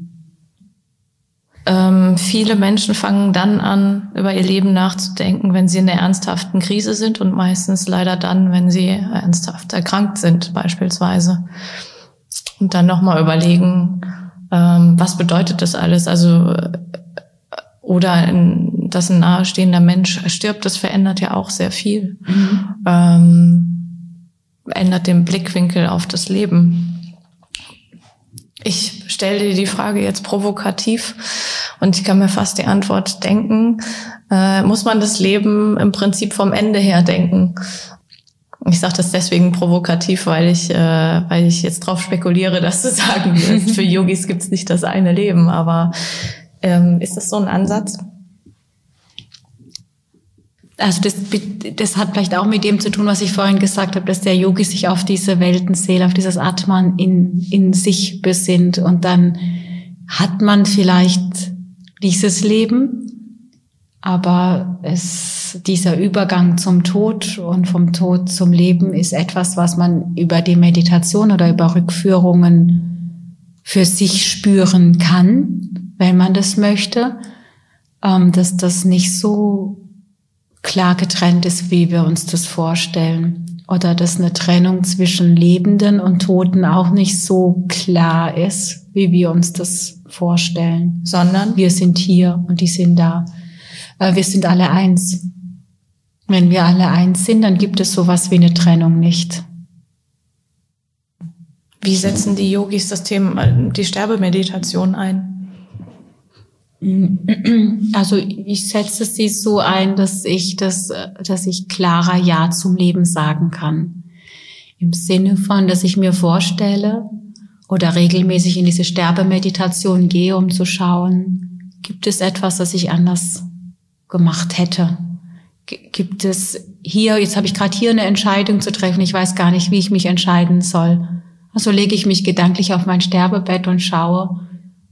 Viele Menschen fangen dann an, über ihr Leben nachzudenken, wenn sie in einer ernsthaften Krise sind und meistens leider dann, wenn sie ernsthaft erkrankt sind beispielsweise. Und dann nochmal überlegen, was bedeutet das alles? Also oder dass ein nahestehender Mensch stirbt, das verändert ja auch sehr viel. Ändert den Blickwinkel auf das Leben. Ich stelle dir die Frage jetzt provokativ und ich kann mir fast die Antwort denken. Muss man das Leben im Prinzip vom Ende her denken? Ich sage das deswegen provokativ, weil ich jetzt drauf spekuliere, dass du sagen wirst, für Yogis gibt's nicht das eine Leben. Aber ist das so ein Ansatz? Also das hat vielleicht auch mit dem zu tun, was ich vorhin gesagt habe, dass der Yogi sich auf diese Weltenseele, auf dieses Atman in sich besinnt und dann hat man vielleicht dieses Leben, aber dieser Übergang zum Tod und vom Tod zum Leben ist etwas, was man über die Meditation oder über Rückführungen für sich spüren kann, wenn man das möchte, dass das nicht so klar getrennt ist, wie wir uns das vorstellen. Oder dass eine Trennung zwischen Lebenden und Toten auch nicht so klar ist, wie wir uns das vorstellen. Sondern? Wir sind hier und die sind da. Wir sind alle eins. Wenn wir alle eins sind, dann gibt es sowas wie eine Trennung nicht. Wie setzen die Yogis das Thema, die Sterbemeditation ein? Also ich setze sie so ein, dass ich klarer Ja zum Leben sagen kann. Im Sinne von, dass ich mir vorstelle oder regelmäßig in diese Sterbemeditation gehe, um zu schauen, gibt es etwas, das ich anders gemacht hätte? Gibt es hier, jetzt habe ich gerade hier eine Entscheidung zu treffen, ich weiß gar nicht, wie ich mich entscheiden soll. Also lege ich mich gedanklich auf mein Sterbebett und schaue,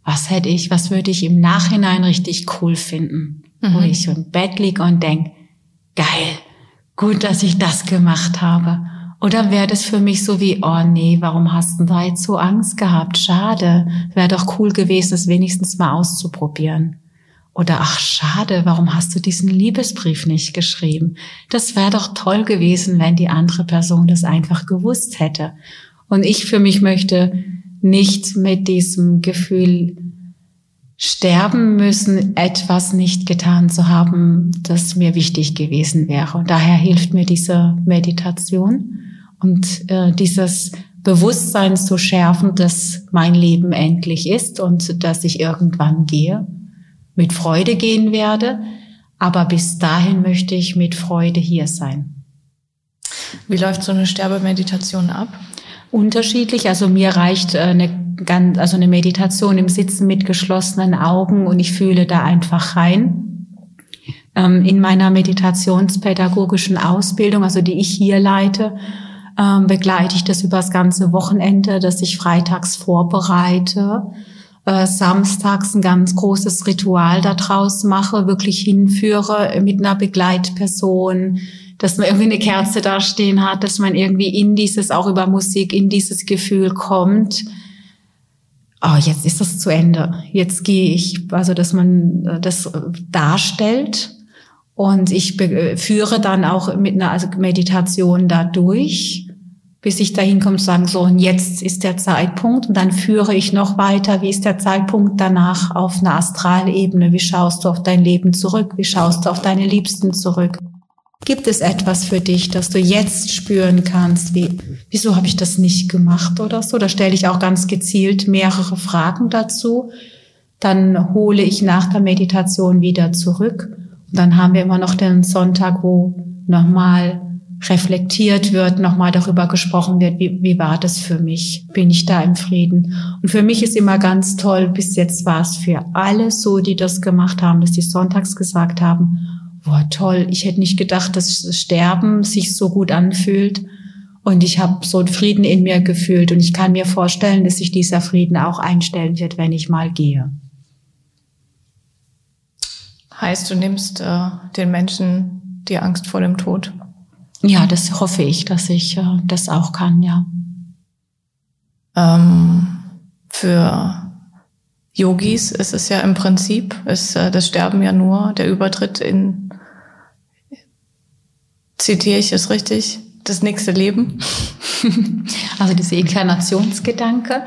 was würde ich im Nachhinein richtig cool finden? Wo ich so im Bett liege und denke, geil, gut, dass ich das gemacht habe. Oder wäre das für mich so wie, oh nee, warum hast du da jetzt so Angst gehabt? Schade, wäre doch cool gewesen, es wenigstens mal auszuprobieren. Oder ach schade, warum hast du diesen Liebesbrief nicht geschrieben? Das wäre doch toll gewesen, wenn die andere Person das einfach gewusst hätte. Und ich für mich möchte nicht mit diesem Gefühl sterben müssen, etwas nicht getan zu haben, das mir wichtig gewesen wäre. Und daher hilft mir diese Meditation und dieses Bewusstsein zu schärfen, dass mein Leben endlich ist und dass ich irgendwann gehe, mit Freude gehen werde. Aber bis dahin möchte ich mit Freude hier sein. Wie läuft so eine Sterbemeditation ab? Unterschiedlich, also mir reicht eine Meditation im Sitzen mit geschlossenen Augen und ich fühle da einfach rein. In meiner meditationspädagogischen Ausbildung, also die ich hier leite, begleite ich das über das ganze Wochenende, dass ich freitags vorbereite, samstags ein ganz großes Ritual daraus mache, wirklich hinführe mit einer Begleitperson, dass man irgendwie eine Kerze da stehen hat, dass man irgendwie auch über Musik, in dieses Gefühl kommt. Oh, jetzt ist das zu Ende. Jetzt gehe ich, also dass man das darstellt und ich führe dann auch mit einer Meditation da durch, bis ich dahin komme zu sagen, so, und jetzt ist der Zeitpunkt, und dann führe ich noch weiter, wie ist der Zeitpunkt danach auf einer Astralebene, wie schaust du auf dein Leben zurück, wie schaust du auf deine Liebsten zurück? Gibt es etwas für dich, das du jetzt spüren kannst, wieso habe ich das nicht gemacht oder so? Da stelle ich auch ganz gezielt mehrere Fragen dazu. Dann hole ich nach der Meditation wieder zurück. Und dann haben wir immer noch den Sonntag, wo nochmal reflektiert wird, nochmal darüber gesprochen wird, wie war das für mich? Bin ich da im Frieden? Und für mich ist immer ganz toll, bis jetzt war es für alle so, die das gemacht haben, dass die sonntags gesagt haben, boah, toll, ich hätte nicht gedacht, dass Sterben sich so gut anfühlt und ich habe so einen Frieden in mir gefühlt und ich kann mir vorstellen, dass sich dieser Frieden auch einstellen wird, wenn ich mal gehe. Heißt, du nimmst den Menschen die Angst vor dem Tod? Ja, das hoffe ich, dass ich das auch kann, ja. Für Yogis ist es ja im Prinzip, ist das Sterben ja nur der Übertritt in, zitiere ich es richtig, das nächste Leben? Also diese Inkarnationsgedanke.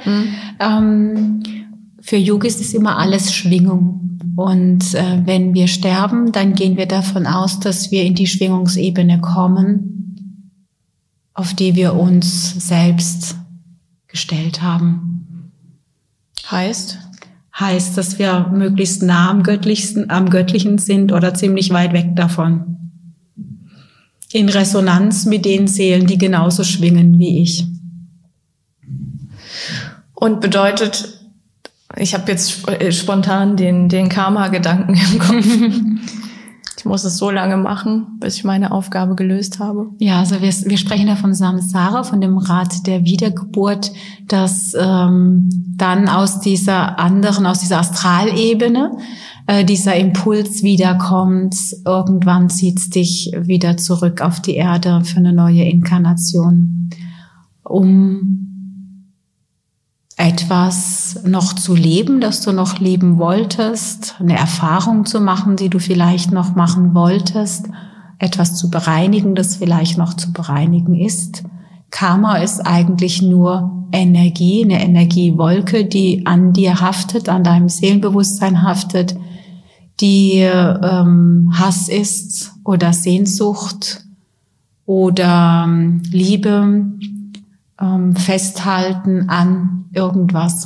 Für Yogis ist immer alles Schwingung. Und wenn wir sterben, dann gehen wir davon aus, dass wir in die Schwingungsebene kommen, auf die wir uns selbst gestellt haben. Heißt, dass wir möglichst nah am Göttlichen sind oder ziemlich weit weg davon. In Resonanz mit den Seelen, die genauso schwingen wie ich. Und bedeutet, ich habe jetzt spontan den Karma-Gedanken im Kopf. Ich muss es so lange machen, bis ich meine Aufgabe gelöst habe. Ja, also wir sprechen da von Samsara, von dem Rad der Wiedergeburt, dass dann aus dieser Astralebene dieser Impuls wiederkommt. Irgendwann zieht's dich wieder zurück auf die Erde für eine neue Inkarnation, um etwas noch zu leben, das du noch leben wolltest, eine Erfahrung zu machen, die du vielleicht noch machen wolltest, etwas zu bereinigen, das vielleicht noch zu bereinigen ist. Karma ist eigentlich nur Energie, eine Energiewolke, die an dir haftet, an deinem Seelenbewusstsein haftet, die Hass ist oder Sehnsucht oder Liebe, festhalten an irgendwas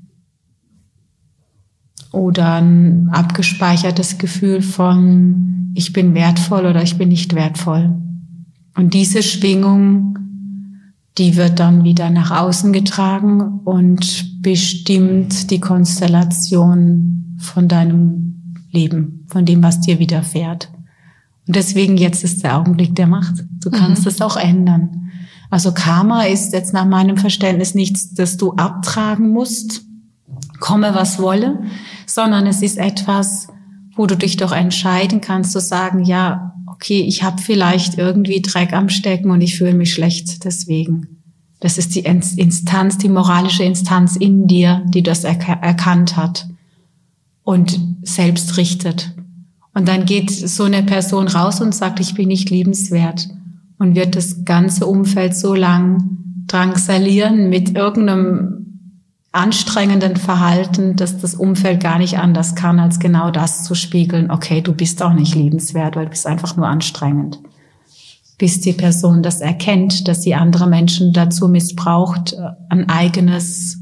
oder ein abgespeichertes Gefühl von ich bin wertvoll oder ich bin nicht wertvoll. Und diese Schwingung, die wird dann wieder nach außen getragen und bestimmt die Konstellation von deinem Leben, von dem, was dir widerfährt. Und deswegen jetzt ist der Augenblick der Macht. Du kannst es auch ändern. Also Karma ist jetzt nach meinem Verständnis nichts, das du abtragen musst, komme was wolle, sondern es ist etwas, wo du dich doch entscheiden kannst zu sagen, ja, okay, ich habe vielleicht irgendwie Dreck am Stecken und ich fühle mich schlecht deswegen. Das ist die Instanz, die moralische Instanz in dir, die das erkannt hat und selbst richtet. Und dann geht so eine Person raus und sagt, ich bin nicht liebenswert und wird das ganze Umfeld so lang drangsalieren mit irgendeinem anstrengenden Verhalten, dass das Umfeld gar nicht anders kann, als genau das zu spiegeln. Okay, du bist auch nicht liebenswert, weil du bist einfach nur anstrengend. Bis die Person das erkennt, dass sie andere Menschen dazu missbraucht, einen eigenen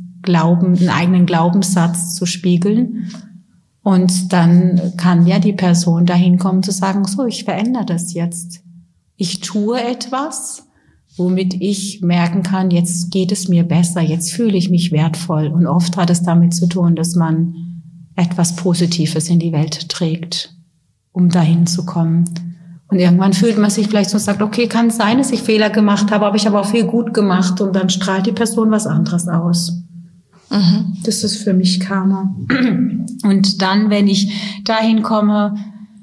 Glaubenssatz zu spiegeln. Und dann kann ja die Person dahin kommen zu sagen, so, ich verändere das jetzt. Ich tue etwas, womit ich merken kann, jetzt geht es mir besser, jetzt fühle ich mich wertvoll. Und oft hat es damit zu tun, dass man etwas Positives in die Welt trägt, um dahin zu kommen. Und irgendwann fühlt man sich vielleicht so und sagt, okay, kann sein, dass ich Fehler gemacht habe, aber ich habe auch viel gut gemacht. Und dann strahlt die Person was anderes aus. Das ist für mich Karma. Und dann, wenn ich dahin komme,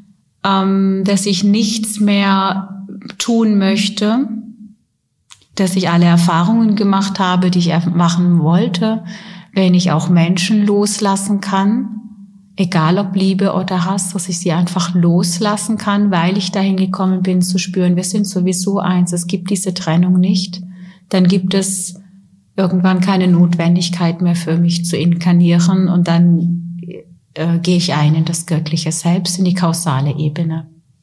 dass ich nichts mehr tun möchte, dass ich alle Erfahrungen gemacht habe, die ich machen wollte, wenn ich auch Menschen loslassen kann, egal ob Liebe oder Hass, dass ich sie einfach loslassen kann, weil ich dahin gekommen bin zu spüren, wir sind sowieso eins, es gibt diese Trennung nicht, dann gibt es irgendwann keine Notwendigkeit mehr für mich zu inkarnieren und dann gehe ich ein in das göttliche Selbst, in die kausale Ebene.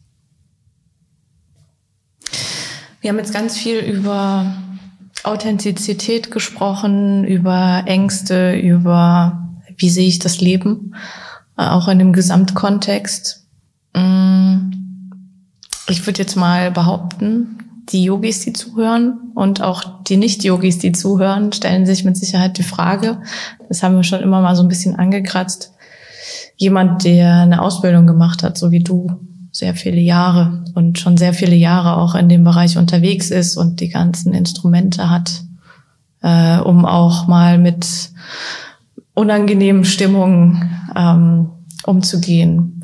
Wir haben jetzt ganz viel über Authentizität gesprochen, über Ängste, über wie sehe ich das Leben, auch in dem Gesamtkontext. Ich würde jetzt mal behaupten, die Yogis, die zuhören und auch die Nicht-Yogis, die zuhören, stellen sich mit Sicherheit die Frage, das haben wir schon immer mal so ein bisschen angekratzt, jemand, der eine Ausbildung gemacht hat, so wie du, sehr viele Jahre und schon sehr viele Jahre auch in dem Bereich unterwegs ist und die ganzen Instrumente hat, um auch mal mit unangenehmen Stimmungen umzugehen.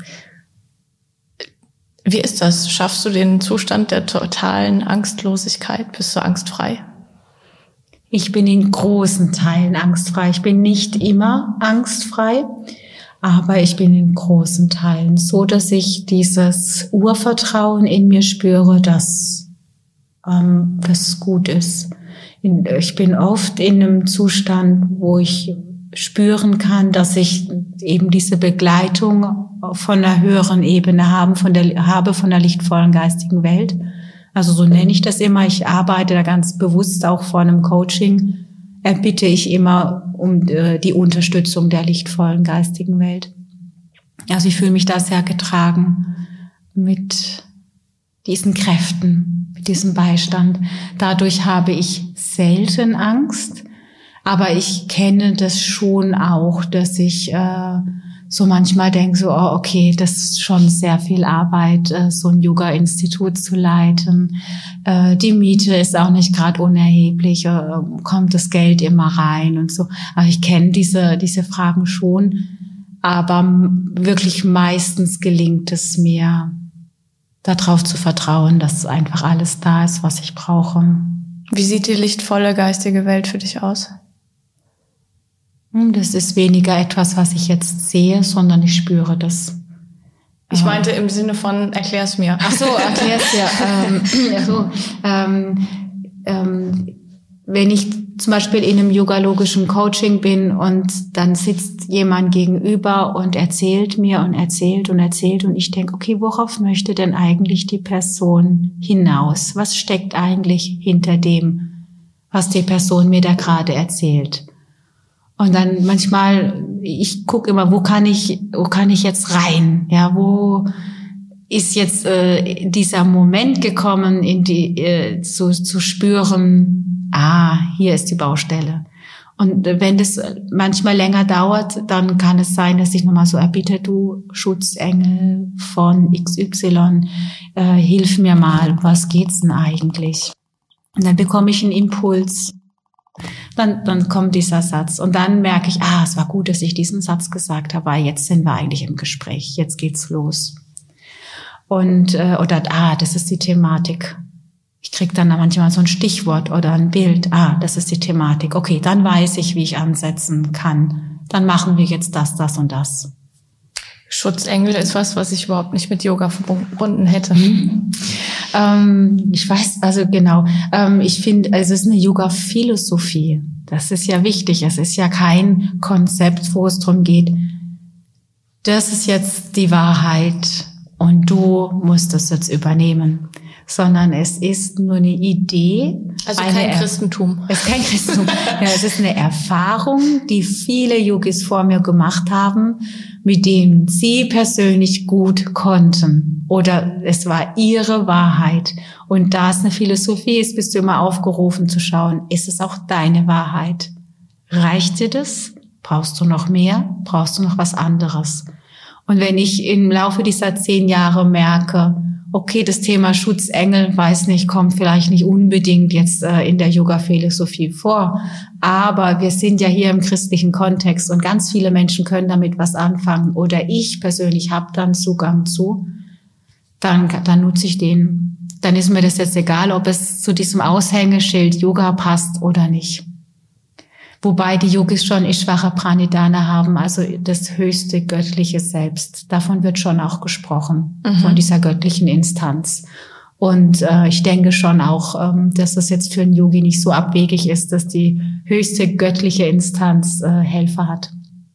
Wie ist das? Schaffst du den Zustand der totalen Angstlosigkeit? Bist du angstfrei? Ich bin in großen Teilen angstfrei. Ich bin nicht immer angstfrei, aber ich bin in großen Teilen so, dass ich dieses Urvertrauen in mir spüre, dass das gut ist. Ich bin oft in einem Zustand, wo ich spüren kann, dass ich eben diese Begleitung von einer höheren Ebene habe, von der lichtvollen geistigen Welt. Also so nenne ich das immer. Ich arbeite da ganz bewusst auch vor einem Coaching. Erbitte ich immer um die Unterstützung der lichtvollen geistigen Welt. Also ich fühle mich da sehr getragen mit diesen Kräften, mit diesem Beistand. Dadurch habe ich selten Angst, aber ich kenne das schon auch, dass ich so manchmal denke, so, oh, okay, das ist schon sehr viel Arbeit, so ein Yoga-Institut zu leiten. Die Miete ist auch nicht gerade unerheblich, kommt das Geld immer rein und so. Aber ich kenne diese Fragen schon, aber wirklich meistens gelingt es mir, darauf zu vertrauen, dass einfach alles da ist, was ich brauche. Wie sieht die lichtvolle geistige Welt für dich aus? Das ist weniger etwas, was ich jetzt sehe, sondern ich spüre das. Ich meinte im Sinne von, erklär's mir. Ach so, erklär's ja. wenn ich zum Beispiel in einem yogalogischen Coaching bin und dann sitzt jemand gegenüber und erzählt mir und erzählt und erzählt und ich denke, okay, worauf möchte denn eigentlich die Person hinaus? Was steckt eigentlich hinter dem, was die Person mir da gerade erzählt? Und dann manchmal, ich gucke immer, wo kann ich jetzt rein? Ja, wo ist jetzt dieser Moment gekommen, in die zu spüren, hier ist die Baustelle. Und wenn das manchmal länger dauert, dann kann es sein, dass ich nochmal so erbitte, du Schutzengel von XY, hilf mir mal, was geht's denn eigentlich? Und dann bekomme ich einen Impuls. Dann kommt dieser Satz und dann merke ich, es war gut, dass ich diesen Satz gesagt habe, weil jetzt sind wir eigentlich im Gespräch, jetzt geht's los. Und das ist die Thematik. Ich kriege dann manchmal so ein Stichwort oder ein Bild, das ist die Thematik. Okay, dann weiß ich, wie ich ansetzen kann. Dann machen wir jetzt das und das. Schutzengel ist was ich überhaupt nicht mit Yoga verbunden hätte. Ich weiß, also genau. Ich finde, es ist eine Yoga-Philosophie. Das ist ja wichtig. Es ist ja kein Konzept, wo es darum geht, das ist jetzt die Wahrheit und du musst das jetzt übernehmen. Sondern es ist nur eine Idee. Also kein Christentum. Es ist kein Christentum. Ja, es ist eine Erfahrung, die viele Yogis vor mir gemacht haben, mit denen sie persönlich gut konnten. Oder es war ihre Wahrheit. Und da es eine Philosophie ist, bist du immer aufgerufen zu schauen, ist es auch deine Wahrheit? Reicht dir das? Brauchst du noch mehr? Brauchst du noch was anderes? Und wenn ich im Laufe dieser 10 Jahre merke, okay, das Thema Schutzengel, weiß nicht, kommt vielleicht nicht unbedingt jetzt in der Yoga-Philosophie vor, aber wir sind ja hier im christlichen Kontext und ganz viele Menschen können damit was anfangen oder ich persönlich habe dann Zugang zu, dann nutze ich den. Dann ist mir das jetzt egal, ob es zu diesem Aushängeschild Yoga passt oder nicht. Wobei die Yogis schon Ishvara Pranidhana haben, also das höchste göttliche Selbst. Davon wird schon auch gesprochen, von dieser göttlichen Instanz. Und ich denke schon auch, dass das jetzt für einen Yogi nicht so abwegig ist, dass die höchste göttliche Instanz Helfer hat.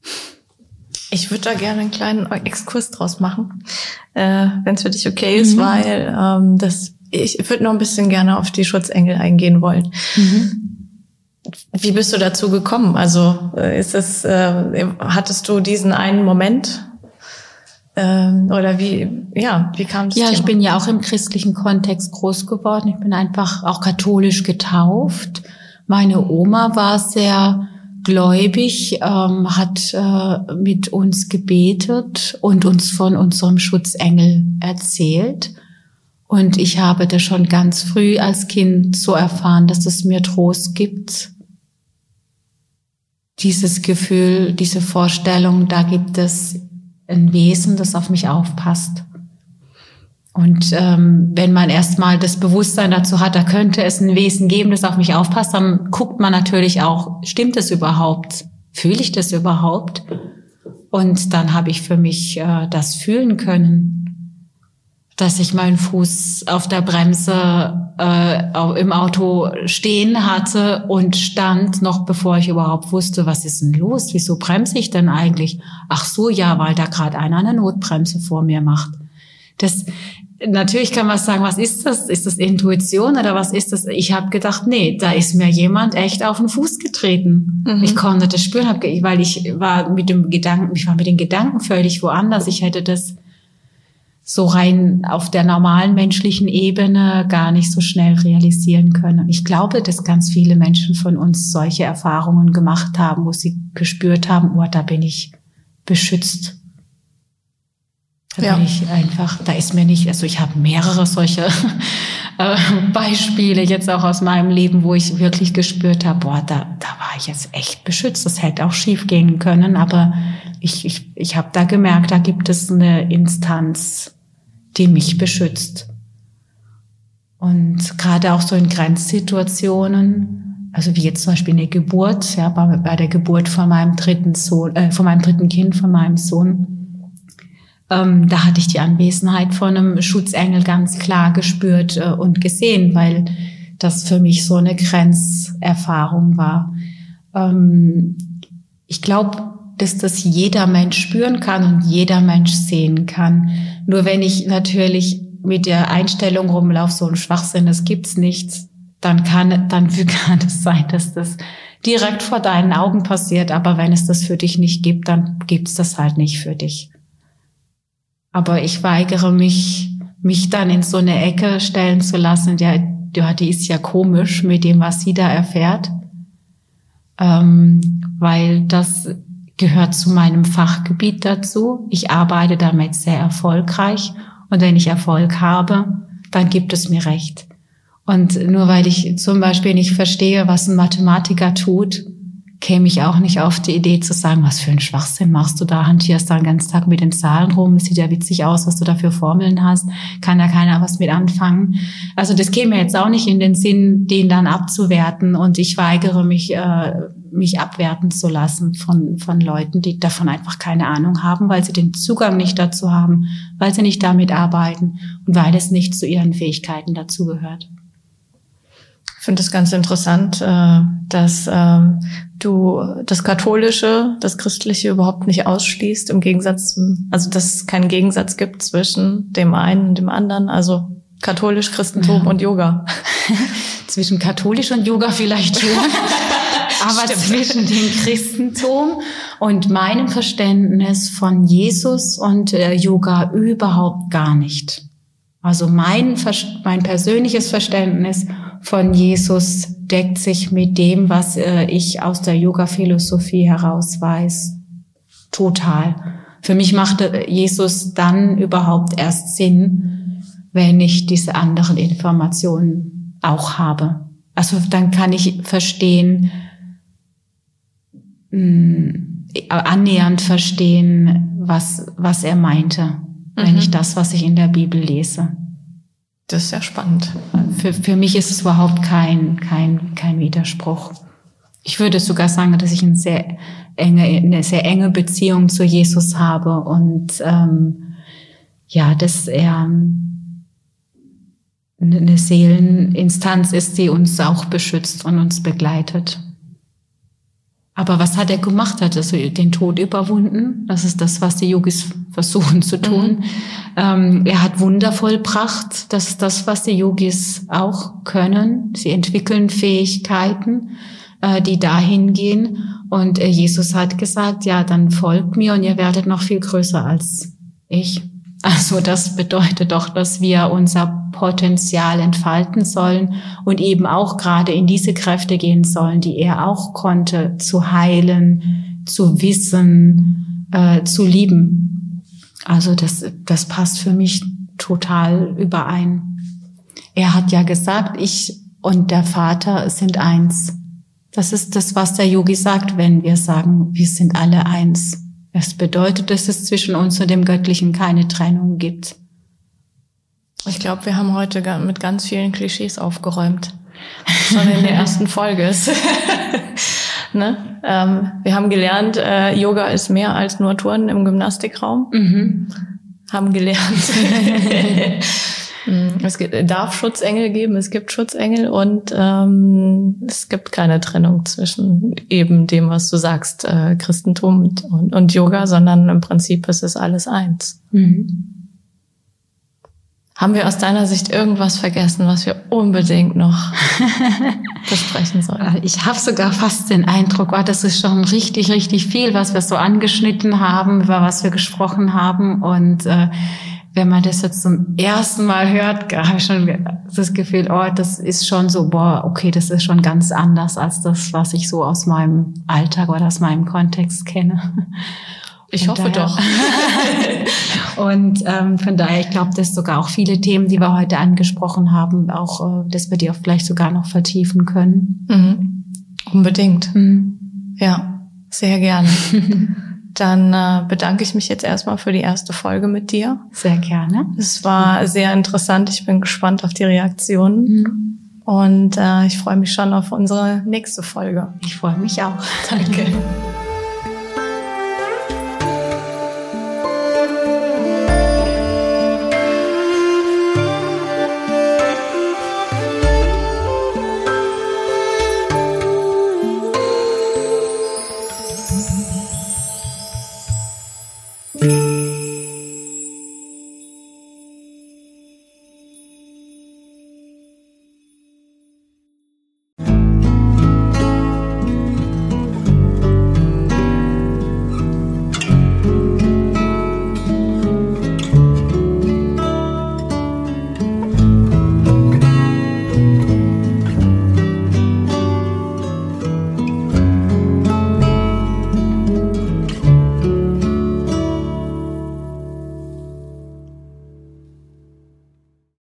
Ich würde da gerne einen kleinen Exkurs draus machen, wenn es für dich okay ist, weil ich würde noch ein bisschen gerne auf die Schutzengel eingehen wollen. Wie bist du dazu gekommen? Also hattest du diesen einen Moment? Oder wie kam das? Ja, ich bin ja auch im christlichen Kontext groß geworden. Ich bin einfach auch katholisch getauft. Meine Oma war sehr gläubig, hat mit uns gebetet und uns von unserem Schutzengel erzählt. Und ich habe das schon ganz früh als Kind so erfahren, dass es mir Trost gibt. Dieses Gefühl, diese Vorstellung, da gibt es ein Wesen, das auf mich aufpasst. Und wenn man erstmal das Bewusstsein dazu hat, da könnte es ein Wesen geben, das auf mich aufpasst, dann guckt man natürlich auch, stimmt es überhaupt? Fühle ich das überhaupt? Und dann habe ich für mich das fühlen können, dass ich meinen Fuß auf der Bremse im Auto stehen hatte und stand, noch bevor ich überhaupt wusste, was ist denn los? Wieso bremse ich denn eigentlich? Ach so, ja, weil da gerade einer eine Notbremse vor mir macht. Natürlich kann man sagen, was ist das? Ist das Intuition oder was ist das? Ich habe gedacht, nee, da ist mir jemand echt auf den Fuß getreten. Ich konnte das spüren, weil ich war mit den Gedanken völlig woanders. Ich hätte das so rein auf der normalen menschlichen Ebene gar nicht so schnell realisieren können. Ich glaube, dass ganz viele Menschen von uns solche Erfahrungen gemacht haben, wo sie gespürt haben, da bin ich beschützt. Bin ich einfach, da ist mir nicht, also ich habe mehrere solche Beispiele jetzt auch aus meinem Leben, wo ich wirklich gespürt habe, da war ich jetzt echt beschützt. Das hätte auch schief gehen können, aber ich habe da gemerkt, da gibt es eine Instanz, die mich beschützt. Und gerade auch so in Grenzsituationen, also wie jetzt zum Beispiel eine Geburt, ja, bei der Geburt von meinem dritten Kind, von meinem Sohn, da hatte ich die Anwesenheit von einem Schutzengel ganz klar gespürt und gesehen, weil das für mich so eine Grenzerfahrung war. Ich glaube, dass das jeder Mensch spüren kann und jeder Mensch sehen kann. Nur wenn ich natürlich mit der Einstellung rumlaufe, so ein Schwachsinn, das gibt's nichts, dann kann es sein, dass das direkt vor deinen Augen passiert. Aber wenn es das für dich nicht gibt, dann gibt's das halt nicht für dich. Aber ich weigere mich dann in so eine Ecke stellen zu lassen. Ja, die ist ja komisch mit dem, was sie da erfährt, weil das gehört zu meinem Fachgebiet dazu. Ich arbeite damit sehr erfolgreich und wenn ich Erfolg habe, dann gibt es mir recht. Und nur weil ich zum Beispiel nicht verstehe, was ein Mathematiker tut, käme ich auch nicht auf die Idee zu sagen, was für einen Schwachsinn machst du da, hantierst da den ganzen Tag mit den Zahlen rum, es sieht ja witzig aus, was du da für Formeln hast, kann da keiner was mit anfangen. Also das käme jetzt auch nicht in den Sinn, den dann abzuwerten, und ich weigere mich abwerten zu lassen von Leuten, die davon einfach keine Ahnung haben, weil sie den Zugang nicht dazu haben, weil sie nicht damit arbeiten und weil es nicht zu ihren Fähigkeiten dazugehört. Ich finde es ganz interessant, dass du das Katholische, das Christliche überhaupt nicht ausschließt, im Gegensatz also dass es keinen Gegensatz gibt zwischen dem einen und dem anderen, also katholisch, Christentum und Yoga. Zwischen katholisch und Yoga vielleicht schon, aber zwischen dem Christentum und meinem Verständnis von Jesus und Yoga überhaupt gar nicht. Also mein persönliches Verständnis von Jesus deckt sich mit dem, was ich aus der Yoga-Philosophie heraus weiß. Total. Für mich machte Jesus dann überhaupt erst Sinn, wenn ich diese anderen Informationen auch habe. Also dann kann ich verstehen, annähernd verstehen, was er meinte, wenn ich das, was ich in der Bibel lese. Das ist sehr spannend. Für mich ist es überhaupt kein Widerspruch. Ich würde sogar sagen, dass ich eine sehr enge Beziehung zu Jesus habe und dass er eine Seeleninstanz ist, die uns auch beschützt und uns begleitet. Aber was hat er gemacht? Hat er den Tod überwunden? Das ist das, was die Yogis versuchen zu tun. Er hat Wunder vollbracht. Das ist das, was die Yogis auch können. Sie entwickeln Fähigkeiten, die dahin gehen. Und Jesus hat gesagt, ja, dann folgt mir und ihr werdet noch viel größer als ich. Also das bedeutet doch, dass wir unser Potenzial entfalten sollen und eben auch gerade in diese Kräfte gehen sollen, die er auch konnte, zu heilen, zu wissen, zu lieben. Also das passt für mich total überein. Er hat ja gesagt, ich und der Vater sind eins. Das ist das, was der Yogi sagt, wenn wir sagen, wir sind alle eins. Es bedeutet, dass es zwischen uns und dem Göttlichen keine Trennung gibt. Ich glaube, wir haben heute mit ganz vielen Klischees aufgeräumt. Schon in der ersten Folge. Ne? Wir haben gelernt, Yoga ist mehr als nur Turnen im Gymnastikraum. Haben gelernt. Es darf Schutzengel geben, es gibt Schutzengel und es gibt keine Trennung zwischen eben dem, was du sagst, Christentum und Yoga, sondern im Prinzip ist es alles eins. Haben wir aus deiner Sicht irgendwas vergessen, was wir unbedingt noch besprechen sollen? Ich habe sogar fast den Eindruck, das ist schon richtig, richtig viel, was wir so angeschnitten haben, über was wir gesprochen haben. Und wenn man das jetzt zum ersten Mal hört, habe ich schon das Gefühl, das ist schon so, okay, das ist schon ganz anders als das, was ich so aus meinem Alltag oder aus meinem Kontext kenne. Ich hoffe doch. Und von daher, ich glaube, dass sogar auch viele Themen, die wir heute angesprochen haben, auch, dass wir die auch vielleicht sogar noch vertiefen können. Unbedingt. Ja, sehr gerne. Dann bedanke ich mich jetzt erstmal für die erste Folge mit dir. Sehr gerne. Es war sehr interessant. Ich bin gespannt auf die Reaktionen. Und ich freue mich schon auf unsere nächste Folge. Ich freue mich auch. Danke.